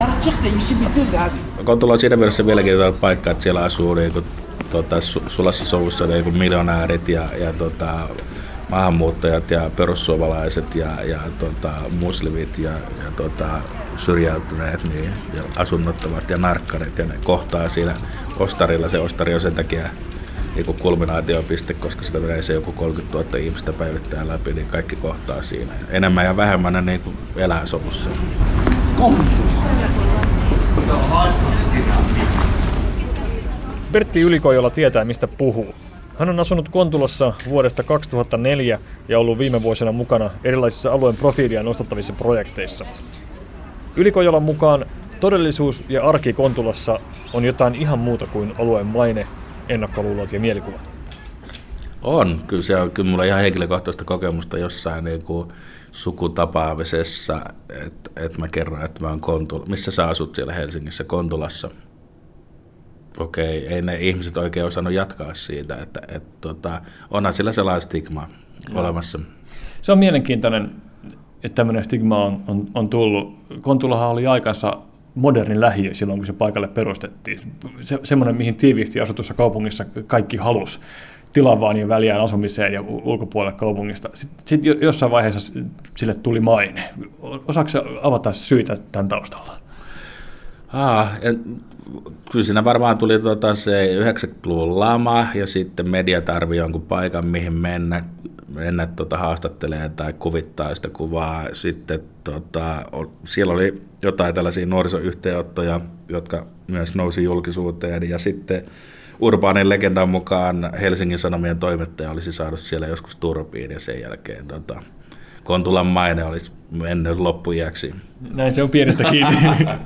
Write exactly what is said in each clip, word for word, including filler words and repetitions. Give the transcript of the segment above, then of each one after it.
Kontula on siinä mielessä mielenkiintoinen paikka, että siellä asuu niin kuin, tuota, sulassa sovussa niin kuin miljonäärit ja, ja tuota, maahanmuuttajat ja perussuomalaiset ja, ja tuota, muslimit ja, ja tuota, syrjäytyneet niin, ja asunnottomat ja narkkarit ja ne kohtaa siinä ostarilla. Se ostari on sen takia niin kulminaatiopiste, koska sitä menee se joku kolmekymmentätuhatta ihmistä päivittäin läpi, niin kaikki kohtaa siinä. Enemmän ja vähemmän ne niin kuin elää sovussa. Pertti Ylikojola tietää, mistä puhuu. Hän on asunut Kontulassa vuodesta kaksituhattaneljä ja ollut viime vuosina mukana erilaisissa alueen profiilia nostattavissa projekteissa. Ylikojolan mukaan todellisuus ja arki Kontulassa on jotain ihan muuta kuin alueen maine, ennakkoluulot ja mielikuvat. On. Kyllä se on kyllä mulla ihan henkilökohtaista kokemusta jossain niin kuin sukutapaamisessa, että et mä kerron, että mä oon Kontula. Missä sä asut siellä Helsingissä? Kontulassa. Okei, ei ne ihmiset oikein osannut jatkaa siitä, että et, tota, onhan sillä sellainen stigma no. olemassa. Se on mielenkiintoinen, että tämmöinen stigma on, on, on tullut. Kontulahan oli aikansa moderni lähiö silloin, kun se paikalle perustettiin. Se, semmoinen, mihin tiiviisti asutussa kaupungissa kaikki halusi tilavaan ja väliään asumiseen ja ulkopuolelle kaupungista. Sitten, sitten jossain vaiheessa sille tuli maine. Osaatko avata syitä tämän taustalla? Ah, kyllä siinä varmaan tuli tuota se yhdeksänkymmentäluvun lama ja sitten media tarvii jonkun paikan, mihin mennä, mennä tuota, haastattelemaan tai kuvittaa sitä kuvaa. Sitten tota, siellä oli jotain tällaisia nuorisoyhteenottoja, jotka myös nousi julkisuuteen ja sitten urbaanin legendan mukaan Helsingin Sanomien toimittaja olisi saanut siellä joskus turpiin ja sen jälkeen tota, Kontulan maine olisi mennyt loppuiäksi. Näin se on pienestä kiinni.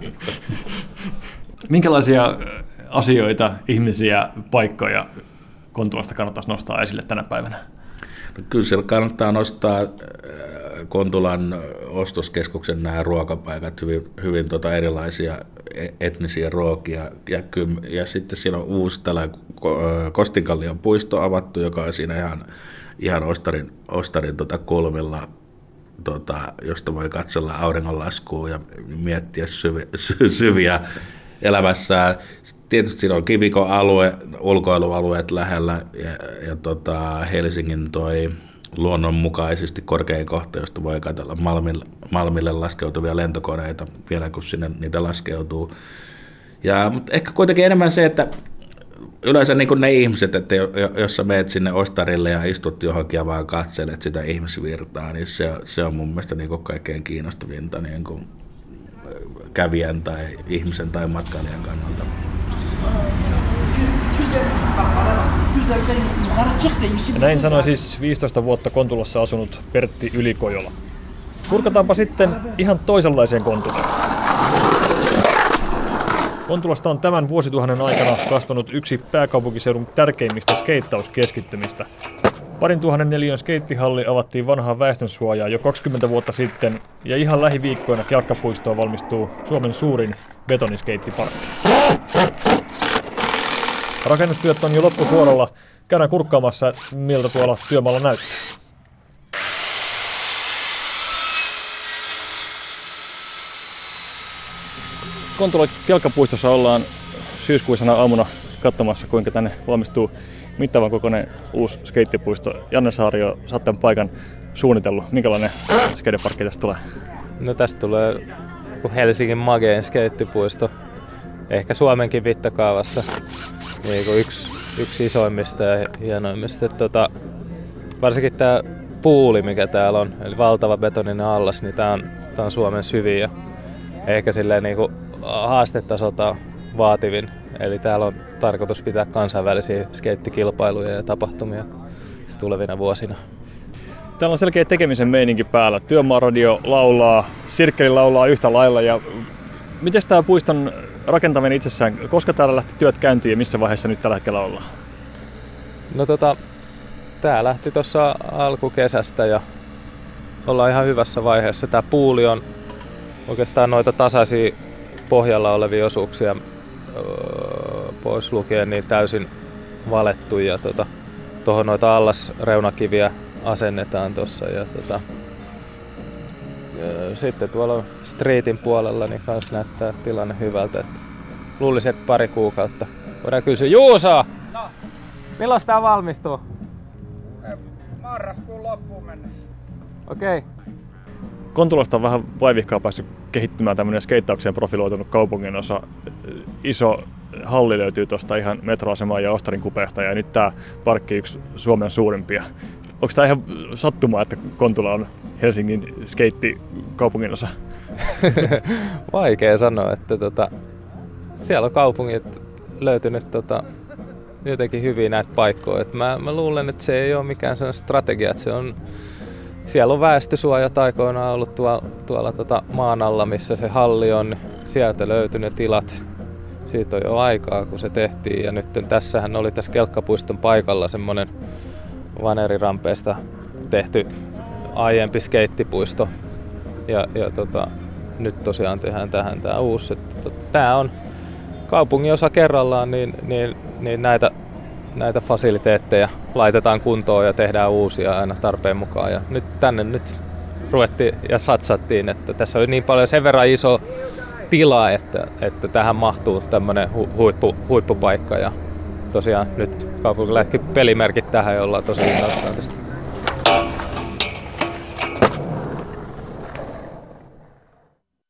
Minkälaisia asioita, ihmisiä, paikkoja Kontulasta kannattaisi nostaa esille tänä päivänä? No, kyllä siellä kannattaa nostaa Kontulan ostoskeskuksen nämä ruokapaikat, hyvin, hyvin tota erilaisia etnisiä ruokia. Ja, kyllä, ja sitten siellä on uusi tällainen Kostinkallion puisto avattu, joka on siinä ihan, ihan Ostarin, Ostarin tota kulmilla, tota, josta voi katsella auringonlaskua ja miettiä syviä, syviä elämässään. Tietysti siinä on Kivikon alue, ulkoilualueet lähellä ja, ja tota, Helsingin toi luonnonmukaisesti korkein kohta, josta voi katsella Malmille, Malmille laskeutuvia lentokoneita vielä kun sinne niitä laskeutuu. Ja, mutta ehkä kuitenkin enemmän se, että yleensä niin kuin ne ihmiset, että jos sä meet sinne Ostarille ja istut johonkin ja vaan katselet sitä ihmisvirtaa, niin se, se on mun mielestä niin kuin kaikkein kiinnostavinta niin kuin kävijän tai ihmisen tai matkailijan kannalta. Ja näin sanoi siis viisitoista vuotta Kontulassa asunut Pertti Ylikojola. Kurkataanpa sitten ihan toisenlaiseen Kontulaan. Kontulasta on tämän vuosituhannen aikana kasvanut yksi pääkaupunkiseudun tärkeimmistä skeittauskeskittymistä. Parin tuhannen neliön skeittihalli avattiin vanhaan väestönsuojaan jo kaksikymmentä vuotta sitten, ja ihan lähiviikkoina Kelkkapuistoon valmistuu Suomen suurin betoniskeittiparkki. Rakennustyöt on jo loppusuoralla. Käydään kurkkaamassa, miltä tuolla työmaalla näyttää. Kontulan Kelkkapuistossa ollaan syyskuisena aamuna katsomassa, kuinka tänne valmistuu mittavan kokoinen uusi skeittipuisto. Janne Saario, sä oot tämän paikan suunnitellut. Minkälainen skeideparkki tästä tulee? No tästä tulee Helsingin magein skeittipuisto. Ehkä Suomenkin mittakaavassa. Niin yksi, yksi isoimmista ja hienoimmista. Tota, varsinkin tämä puuli, mikä täällä on, eli valtava betoninen allas, niin tämä on, tää on Suomen syvin ja ehkä silleen niinku haastetasolta vaativin. Eli täällä on tarkoitus pitää kansainvälisiä skeittikilpailuja ja tapahtumia tulevina vuosina. Täällä on selkeä tekemisen meininki päällä. Työmaaradio laulaa, Sirkkeli laulaa yhtä lailla. Ja miten tämä puiston rakentaminen itsessään, koska täällä lähti työt käyntiin ja missä vaiheessa nyt tällä hetkellä ollaan? No tota, tää lähti tuossa alkukesästä ja ollaan ihan hyvässä vaiheessa. Tää puuli on oikeastaan noita tasaisia pohjalla olevia osuuksia pois lukien niin täysin valettu ja tota, tuohon noita allasreunakiviä asennetaan tuossa ja tota, sitten tuolla streetin puolella niin kans näyttää tilanne hyvältä. Että luulisin, että pari kuukautta. Voidaan kysyä. Juuso! No. Milloin tää valmistuu? Marraskuun loppuun mennessä. Okei. Okay. Kontulasta on vähän vaivihkaa päässyt kehittymään tämmöinen skeittaukseen profiloitunut kaupungin osa. Iso halli löytyy tuosta ihan metroaseman ja Ostarin kupeesta ja nyt tämä parkki yksi Suomen suurimpia. Onko tämä ihan sattumaa, että Kontula on Helsingin skeittikaupungin osa? Vaikea sanoa, että tota, siellä on kaupungit löytynyt tota, jotenkin hyvin näitä paikkoja. Et mä, mä luulen, että se ei ole mikään sellainen strategia, että se on, siellä on väestösuojat aikoinaan ollut tuolla, tuolla tota maan alla, missä se halli on. Sieltä löytynyt tilat. Siitä on jo aikaa, kun se tehtiin. Ja nyt tässähän oli tässä Kelkkapuiston paikalla semmoinen vanerirampeesta tehty aiempi skeittipuisto. Ja, ja tota, nyt tosiaan tehdään tähän tämä uusi. Tämä on kaupungin osa kerrallaan, niin, niin, niin näitä, näitä fasiliteetteja laitetaan kuntoon ja tehdään uusia aina tarpeen mukaan. Ja nyt tänne nyt ruvettiin ja satsattiin, että tässä on niin paljon sen verran iso tila, että, että tähän mahtuu tämmöinen hu, huippu, huippupaikka. Ja tosiaan nyt kaupungilla lähti pelimerkit tähän, jolla on tosi innoissaan tästä.